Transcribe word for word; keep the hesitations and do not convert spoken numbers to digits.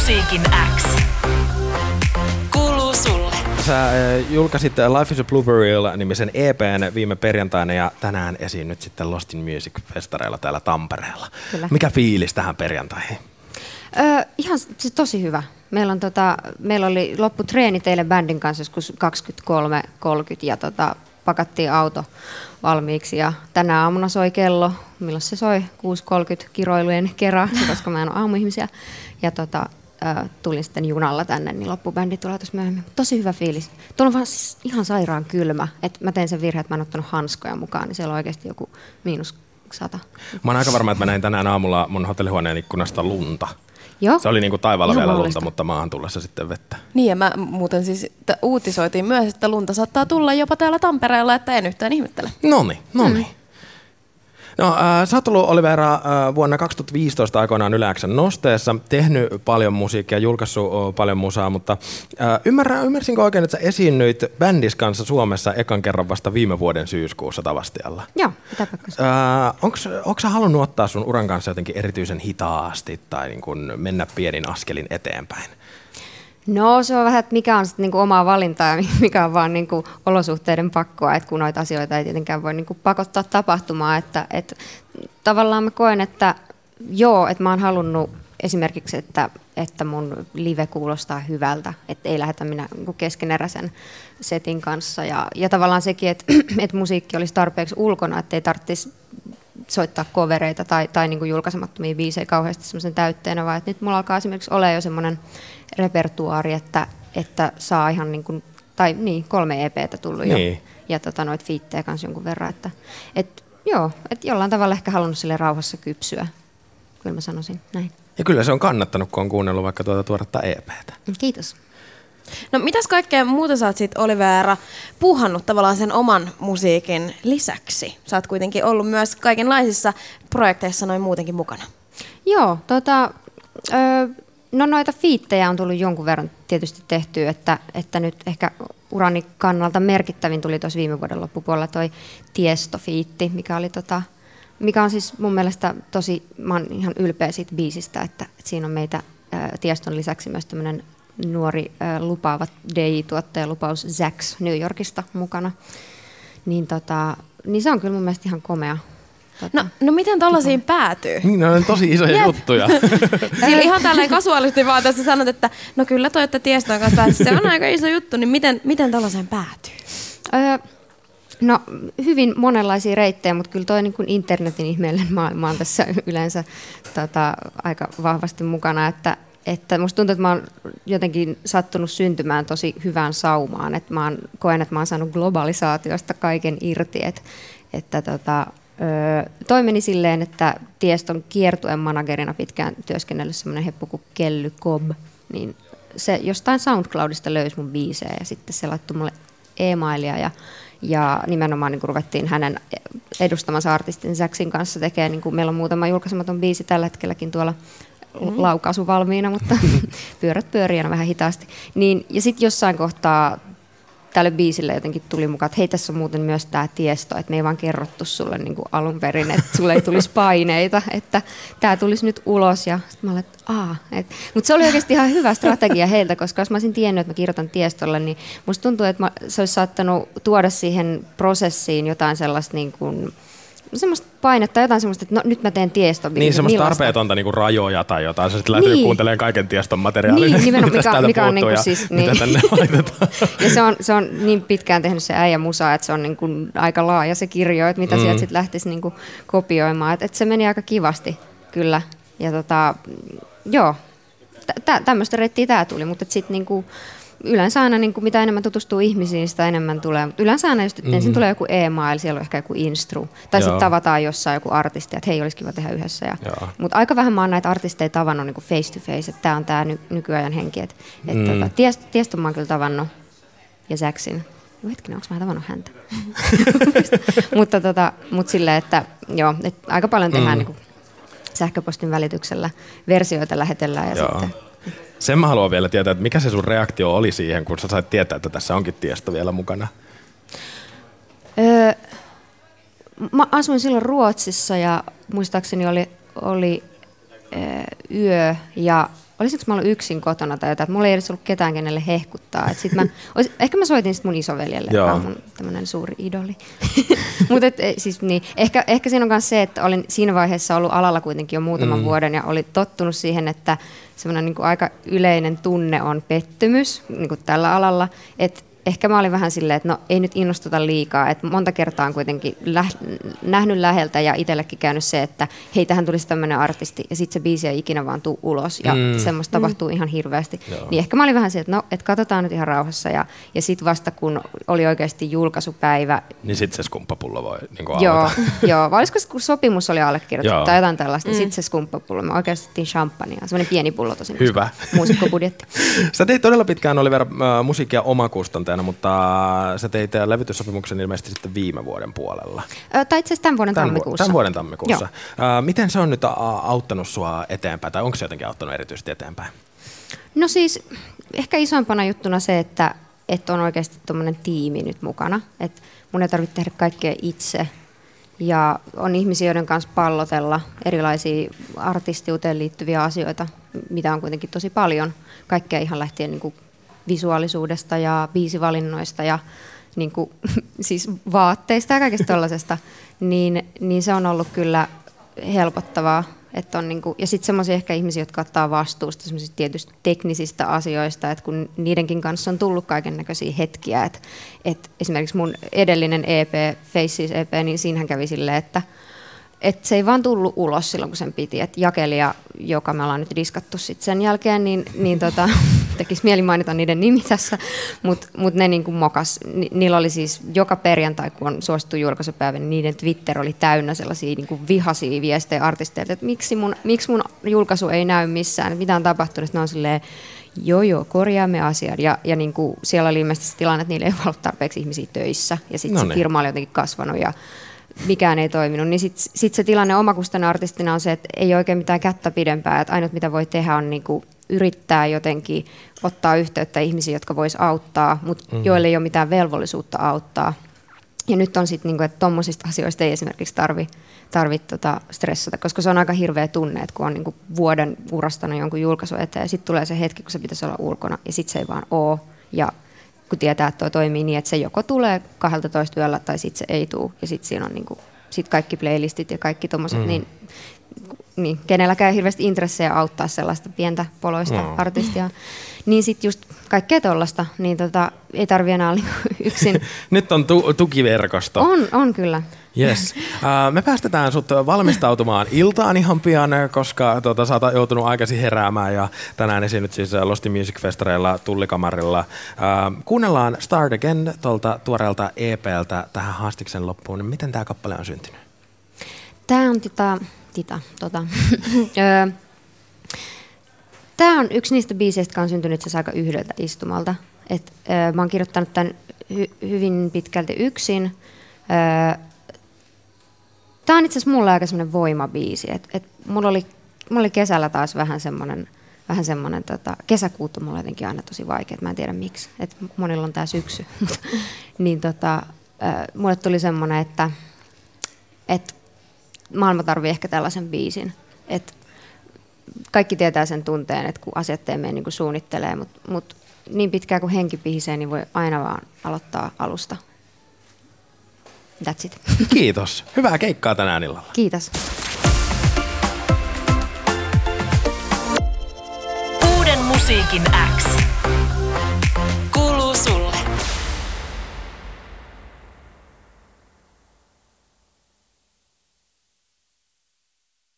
Musiikin X. Kuuluu sulle. Sä äh, julkaisit Life is a Blueberry-nimisen E P:n viime perjantaina ja tänään esiinnyt sitten Lost in Music-festareilla täällä Tampereella. Kyllä. Mikä fiilis tähän perjantaihin? Öö, ihan siis tosi hyvä. Meillä, on tota, meillä oli lopputreeni teille bändin kanssa joskus kaksikymmentäkolme kolmekymmentä ja tota, pakattiin auto valmiiksi ja tänä aamuna soi kello, milloin se soi, kuusi kolmekymmentä kiroilujen kerran, koska mä en ole aamuihmisiä. Ja tota, äh, tulin sitten junalla tänne, niin loppubändi tulee tuossa myöhemmin. Tosi hyvä fiilis. Tuolla on vaan siis ihan sairaan kylmä. Et mä tein sen virheen, että mä en ottanut hanskoja mukaan, niin siellä on oikeasti joku miinus sata. Mä oon aika varma, että mä näin tänään aamulla mun hotellihuoneen ikkunasta lunta. Joo. Se oli niinku taivaalla Ihan vielä mahdollista. lunta, mutta maahan tullessa sitten vettä. Niin ja mä muuten siis t- uutisoitiin myös, että lunta saattaa tulla jopa täällä Tampereella, että en yhtään ihmettele. Noniin, noniin. Mm. No, äh, sä oot ollut, Olivera, äh, vuonna kaksituhattaviisitoista aikoinaan Yle X:n Nosteessa, tehnyt paljon musiikkia, julkaissut äh, paljon musaa, mutta äh, ymmärrä, ymmärsinkö oikein, että sä esiinnyit bändis kanssa Suomessa ekan kerran vasta viime vuoden syyskuussa Tavastialla? Joo, mitä pakkas. Äh, onko sä halunnut ottaa sun uran kanssa jotenkin erityisen hitaasti tai niin kun mennä pienin askelin eteenpäin? No se on vähän, että mikä on sitten niinku omaa valintaa ja mikä on vaan niinku olosuhteiden pakkoa, että kun noita asioita ei tietenkään voi niinku pakottaa tapahtumaan. Että, et, tavallaan mä koen, että joo, että mä oon halunnut esimerkiksi, että, että mun live kuulostaa hyvältä, että ei lähdetä minä niinku keskeneräisen setin kanssa. Ja, ja tavallaan sekin, että, että musiikki olisi tarpeeksi ulkona, että ei tarvitsisi soittaa covereita tai, tai niinku julkaisemattomia biisejä kauheasti semmoisen täytteenä, vaan että nyt mulla alkaa esimerkiksi olla jo semmoinen repertuaari, että, että saa ihan niin kuin, tai niin, kolme E P:tä tullut niin. jo, ja tota, noita fiittejä kanssa jonkun verran, että et, joo, että jollain tavalla ehkä halunnut sille rauhassa kypsyä, kyllä mä sanoisin näin. Ja kyllä se on kannattanut, kun on kuunnellut vaikka tuota tuoretta E P:tä. Kiitos. No mitäs kaikkea muuta sä oot sit, Olivera, puuhannut tavallaan sen oman musiikin lisäksi? Sä oot kuitenkin ollut myös kaikenlaisissa projekteissa noin muutenkin mukana. Joo, tota, ö, no noita fiittejä on tullut jonkun verran tietysti tehtyä, että, että nyt ehkä urani kannalta merkittävin tuli tuossa viime vuoden loppupuolella toi Tiesto-fiitti, mikä oli tota, mikä on siis mun mielestä tosi, mä oon ihan ylpeä siitä biisistä, että, että siinä on meitä ä, Tieston lisäksi myös tämmöinen nuori ä, lupaava D J-tuottaja, lupaus Zax New Yorkista mukana, niin, tota, niin se on kyllä mun mielestä ihan komea. Tota, no, no miten tollaisiin päätyy? Niin, ne on tosi isoja Jep. juttuja. Sillä ihan tällainen kasuaalisti vaan tässä sanot, että no kyllä toi, että Tieston kanssa pääsi, se on aika iso juttu, niin miten, miten tällaiseen päätyy? Öö, no hyvin monenlaisia reittejä, mutta kyllä toi niin kuin internetin ihmeellinen maailma on tässä yleensä tota, aika vahvasti mukana, että Että musta tuntuu, että mä oon jotenkin sattunut syntymään tosi hyvään saumaan. Että mä oon, koen, että mä oon saanut globalisaatiosta kaiken irti. Että, että tota, toi meni silleen, että Tieston kiertueen managerina pitkään työskennellyt semmoinen heppu kuin Kelly Cobb. Niin se jostain SoundCloudista löysi mun biisejä ja sitten se laittoi mulle e-mailia. Ja, ja nimenomaan niin kun ruvettiin hänen edustamansa artistin Zaxin kanssa tekemään. Niin kun meillä on muutama julkaisematon biisi tällä hetkelläkin tuolla Mm-hmm. laukaisu valmiina, mutta pyörät pyörii aina vähän hitaasti. Niin, ja sitten jossain kohtaa tälle biisille jotenkin tuli mukaan, että hei, tässä on muuten myös tämä Tiesto, että me ei vaan kerrottu sulle niin kuin alun perin, että sulle ei tulisi paineita, että tämä tulisi nyt ulos. Ja sitten mä olin, että aah. Mutta se oli oikeasti ihan hyvä strategia heiltä, koska jos mä olisin tiennyt, että mä kirjoitan Tiestolle, niin musta tuntuu, että mä, se olisi saattanut tuoda siihen prosessiin jotain sellaista niin kuin semmoista painetta, jotain semmoista, että no, nyt mä teen Tieston. Niin, semmoista tarpeetonta niinku rajoja tai jotain. Sä sitten lähdet niin. kuuntelemaan kaiken Tieston materiaalin. Niin, nimenomaan, mikä, mikä on niinku niinku siis... Niin. Mitä tänne laitetaan. Ja se on, se on niin pitkään tehnyt se äijä musaa, että se on niinku aika laaja se kirjo, että mitä mm. sieltä sitten lähtisi niinku kopioimaan. Että et se meni aika kivasti, kyllä. Ja tota, joo, tä, tämmöistä reittiä tää tuli, mutta sitten niinku... Yleensä aina, niin kuin, mitä enemmän tutustuu ihmisiin, sitä enemmän tulee. Mutta yleensä aina, jos mm-hmm. ensin tulee joku e-mail, siellä on ehkä joku instru. Tai sitten tavataan jossain joku artisti, että hei, olisi kiva tehdä yhdessä. Ja, mutta aika vähän mä oon näitä artisteja tavannut niin kuin face to face, että tämä on tämä ny- nykyajan henki. Et, et, mm. tota, Tiest, Tieston mä oon kyllä tavannut ja Zaxin. No hetkinen, onko mä tavannut häntä? mutta tota, mut silleen, että joo, et aika paljon tehdään mm. niin kuin sähköpostin välityksellä versioita lähetellään ja joo. sitten... Sen mä haluan vielä tietää, että mikä se sun reaktio oli siihen, kun sä sait tietää, että tässä onkin Tiesto vielä mukana? Öö, mä asuin silloin Ruotsissa ja muistaakseni oli, oli öö, yö ja olisinko mä ollut yksin kotona tai jotain, että mulla ei edes ollut ketään, kenelle hehkuttaa. Et sit mä, olis, ehkä mä soitin sit mun isoveljelle, joka on mun tämmönen suuri idoli. Mut et, siis niin, ehkä, ehkä siinä on myös se, että olin siinä vaiheessa ollut alalla kuitenkin jo muutaman mm. vuoden ja oli tottunut siihen, että semmoinen niin kuin aika yleinen tunne on pettymys niin kuin tällä alalla, että ehkä mä olin vähän silleen, että no ei nyt innostuta liikaa, että monta kertaa on kuitenkin lä- nähnyt läheltä ja itsellekin käynyt se, että hei, tähän tulisi tämmöinen artisti ja sitten se biisi ei ikinä vaan tuu ulos ja mm. semmoista mm. tapahtuu ihan hirveästi. Joo. Niin ehkä mä olin vähän se, että no, että katsotaan nyt ihan rauhassa ja, ja sitten vasta kun oli oikeasti julkaisupäivä. Niin sitten se skumppapullo voi niin kuin joo, alata. joo, vai olisiko se, kun sopimus oli allekirjoitettu tai jotain tällaista, mm. sitten se skumppapullo. Me oikeasti otettiin champagnea, semmoinen pieni pullo tosin. Hyvä. Muusikkobudjetti. Sä teit todella pitkään, Oliver, äh, musiikkia omakustanteena, mutta sä teit levytyssopimuksen ilmeisesti sitten viime vuoden puolella. Ö, tai itse asiassa tämän vuoden tämän tammikuussa. Tämän vuoden tammikuussa. Äh, miten se on nyt auttanut sua eteenpäin, tai onko se jotenkin auttanut erityisesti eteenpäin? No siis ehkä isoimpana juttuna se, että, että on oikeasti tuommoinen tiimi nyt mukana. Että mun ei tarvitse tehdä kaikkea itse. Ja on ihmisiä, joiden kanssa pallotella erilaisia artistiuteen liittyviä asioita, mitä on kuitenkin tosi paljon. Kaikkea ihan lähtien niin kuin visuaalisuudesta ja biisivalinnoista ja niin kuin, siis vaatteista ja kaikesta tollaisesta, niin, niin se on ollut kyllä helpottavaa. Että on niin kuin, ja sitten semmoisia ehkä ihmisiä, jotka ottaa vastuusta semmoisista tietysti teknisistä asioista, että kun niidenkin kanssa on tullut kaiken näköisiä hetkiä, että, että esimerkiksi mun edellinen E P, Faces E P, niin siinähän kävi silleen, että että se ei vaan tullut ulos silloin, kun sen piti. Että jakelija, joka me ollaan nyt diskattu sit sen jälkeen, niin, niin tota, tekisi mieli mainita niiden nimi tässä, mutta mut ne niinku mokas. Ni, niillä oli siis joka perjantai, kun on suosittu julkaisupäivä, niin niiden Twitter oli täynnä sellaisia niinku vihaisia viestejä artisteilta, että miksi mun, miksi mun julkaisu ei näy missään, että mitä on tapahtunut. Sitten ne on silleen, joo joo, korjaamme asian. Ja, ja niinku siellä oli ilmeisesti se tilanne, että niillä ei ollut tarpeeksi ihmisiä töissä. Ja sitten se firma oli jotenkin kasvanut ja mikään ei toiminut, niin sitten sit se tilanne omakustanne artistina on se, että ei oikein mitään kättä pidempää, että ainut mitä voi tehdä on niinku yrittää jotenkin ottaa yhteyttä ihmisiin, jotka vois auttaa, mutta mm-hmm. joille ei ole mitään velvollisuutta auttaa. Ja nyt on sitten, niinku, että tuommoisista asioista ei esimerkiksi tarvi, tarvi tota stressata, koska se on aika hirveä tunne, että kun on niinku vuoden urastanut jonkun julkaisu eteen, ja sitten tulee se hetki, kun se pitäisi olla ulkona, ja sitten se ei vaan ole, ja kun tietää, että tuo toimii niin, että se joko tulee kaksitoista yöllä tai sitten se ei tule. Ja sitten siinä on niinku, sit kaikki playlistit ja kaikki tommoset, mm. niin, niin kenelläkään ei hirveästi intressejä auttaa sellaista pientä poloista no. artistia. Niin sitten just kaikkea tollaista, niin tota, ei tarvitse enää olla yksin. Nyt on tu- tukiverkosto. On, on kyllä. Yes. Uh, me päästetään sut valmistautumaan iltaan ihan pian, koska tuota, sä oot joutunut aikaisin heräämään ja tänään esiinnyt siis Lost in Music Festareilla Tullikamarilla. Uh, kuunnellaan Start Again tuolta tuoreelta E P:ltä tähän haastiksen loppuun. Miten tää kappale on syntynyt? Tää on tita, tita, tota. Tää on yksi niistä biiseistä, jotka on syntynyt itse asiassa aika yhdeltä istumalta. Et, ö, mä oon kirjoittanut tämän hy- hyvin pitkälti yksin. Ö, Tämä on itse asiassa mulle aika semmoinen voimabiisi. Et, et mulla, oli, mulla oli kesällä taas vähän semmoinen, vähän semmoinen tota, kesäkuut on mulla jotenkin aina tosi vaikea, mä en tiedä miksi. Et monilla on tää syksy. niin tota, äh, mulle tuli semmoinen, että et maailma tarvii ehkä tällaisen biisin. Et kaikki tietää sen tunteen, että kun asiat ei mene niin kuin suunnittelee, mutta mut niin pitkään kuin henki pihisee, niin voi aina vaan aloittaa alusta. That's it. Kiitos. Hyvää keikkaa tänään illalla. Kiitos. Uuden musiikin X.